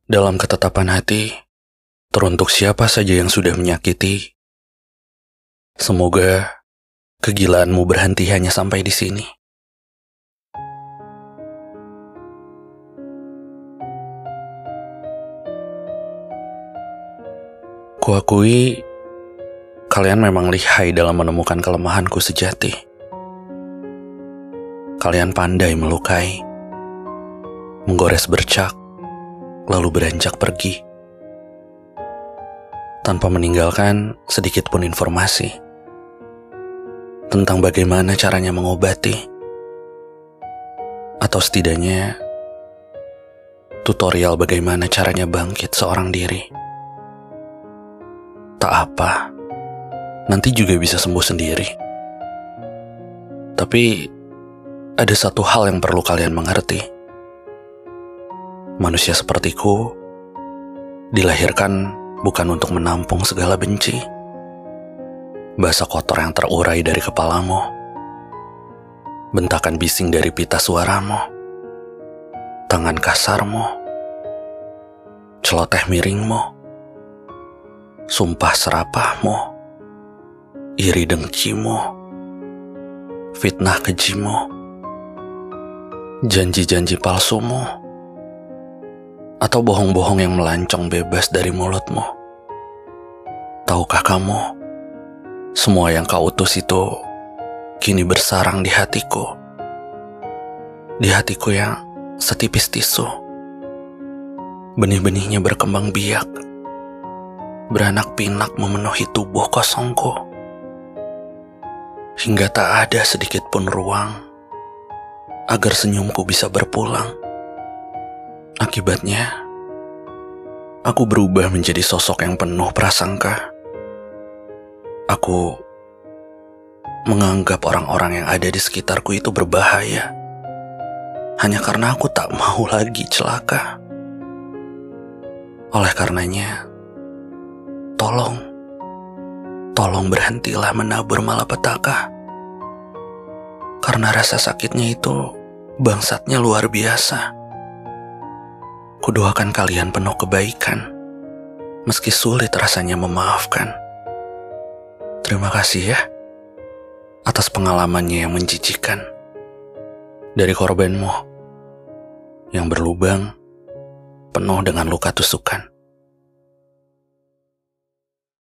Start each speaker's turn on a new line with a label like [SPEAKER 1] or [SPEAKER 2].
[SPEAKER 1] Dalam ketetapan hati, teruntuk siapa saja yang sudah menyakiti, semoga kegilaanmu berhenti hanya sampai di sini. Kuakui, kalian memang lihai dalam menemukan kelemahanku sejati. Kalian pandai melukai, menggores bercak, lalu beranjak pergi, tanpa meninggalkan sedikit pun informasi tentang bagaimana caranya mengobati, atau setidaknya tutorial bagaimana caranya bangkit seorang diri. Tak apa, nanti juga bisa sembuh sendiri. Tapi ada satu hal yang perlu kalian mengerti. Manusia sepertiku dilahirkan bukan untuk menampung segala benci, bahasa kotor yang terurai dari kepalamu, bentakan bising dari pita suaramu, tangan kasarmu, celoteh miringmu, sumpah serapahmu, iri dengkimu, fitnah kejimu, janji-janji palsumu, atau bohong-bohong yang melancong bebas dari mulutmu. Tahukah kamu, semua yang kau utus itu kini bersarang di hatiku. Di hatiku yang setipis tisu. Benih-benihnya berkembang biak, beranak pinak memenuhi tubuh kosongku, hingga tak ada sedikit pun ruang agar senyumku bisa berpulang. Akibatnya, aku berubah menjadi sosok yang penuh prasangka. Aku menganggap orang-orang yang ada di sekitarku itu berbahaya, hanya karena aku tak mau lagi celaka. Oleh karenanya, tolong berhentilah menabur malapetaka. Karena rasa sakitnya itu bangsatnya luar biasa. Kudoakan kalian penuh kebaikan, meski sulit rasanya memaafkan. Terima kasih ya, atas pengalamannya yang menjijikan. Dari korbanmu, yang berlubang, penuh dengan luka tusukan.